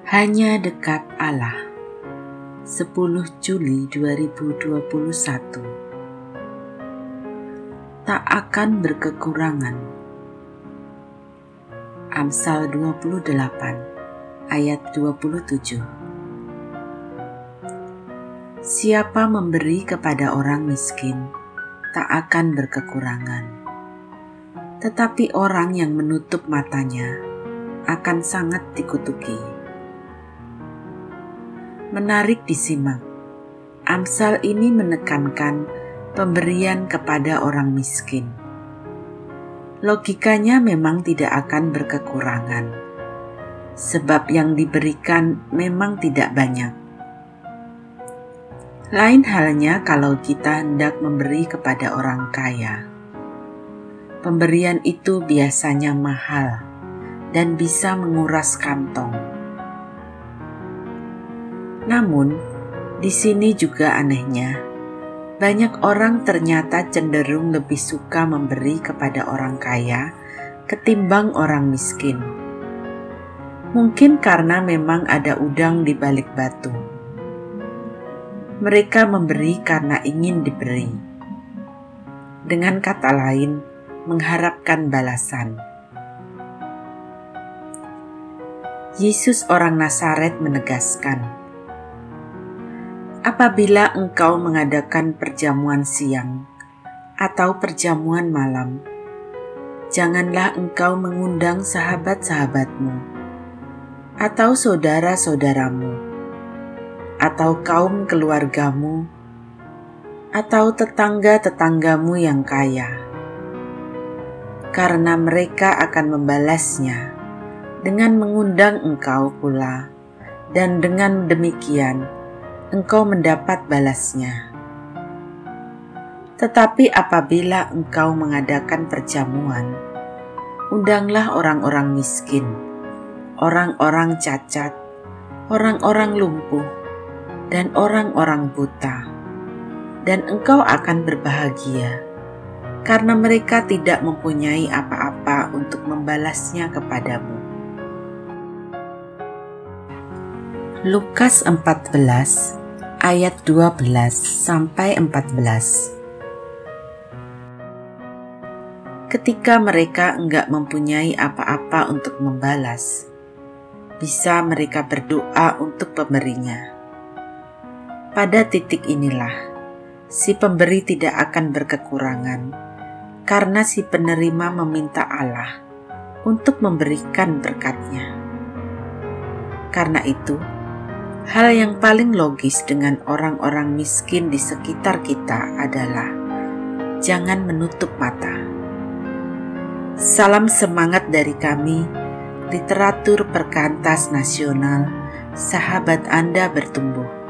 Hanya dekat Allah. 10 Juli 2021. Tak akan berkekurangan. Amsal 28 ayat 27. Siapa memberi kepada orang miskin tak akan berkekurangan. Tetapi orang yang menutup matanya akan sangat dikutuki. Menarik disimak, Amsal ini menekankan pemberian kepada orang miskin. Logikanya memang tidak akan berkekurangan, sebab yang diberikan memang tidak banyak. Lain halnya kalau kita hendak memberi kepada orang kaya. Pemberian itu biasanya mahal dan bisa menguras kantong. Namun, di sini juga anehnya, banyak orang ternyata cenderung lebih suka memberi kepada orang kaya ketimbang orang miskin. Mungkin karena memang ada udang di balik batu. Mereka memberi karena ingin diberi. Dengan kata lain, mengharapkan balasan. Yesus orang Nazaret menegaskan, apabila engkau mengadakan perjamuan siang atau perjamuan malam, janganlah engkau mengundang sahabat-sahabatmu, atau saudara-saudaramu, atau kaum keluargamu, atau tetangga-tetanggamu yang kaya, karena mereka akan membalasnya dengan mengundang engkau pula, dan dengan demikian engkau mendapat balasnya. Tetapi apabila engkau mengadakan perjamuan, undanglah orang-orang miskin, orang-orang cacat, orang-orang lumpuh, dan orang-orang buta, dan engkau akan berbahagia, karena mereka tidak mempunyai apa-apa untuk membalasnya kepadamu. Lukas 14 ayat 12 sampai 14. Ketika mereka enggak mempunyai apa-apa untuk membalas, bisa mereka berdoa untuk pemberinya. Pada titik inilah, si pemberi tidak akan berkekurangan, karena si penerima meminta Allah untuk memberikan berkat-Nya. Karena itu, hal yang paling logis dengan orang-orang miskin di sekitar kita adalah jangan menutup mata. Salam semangat dari kami, Literatur Perkantas Nasional, sahabat Anda bertumbuh.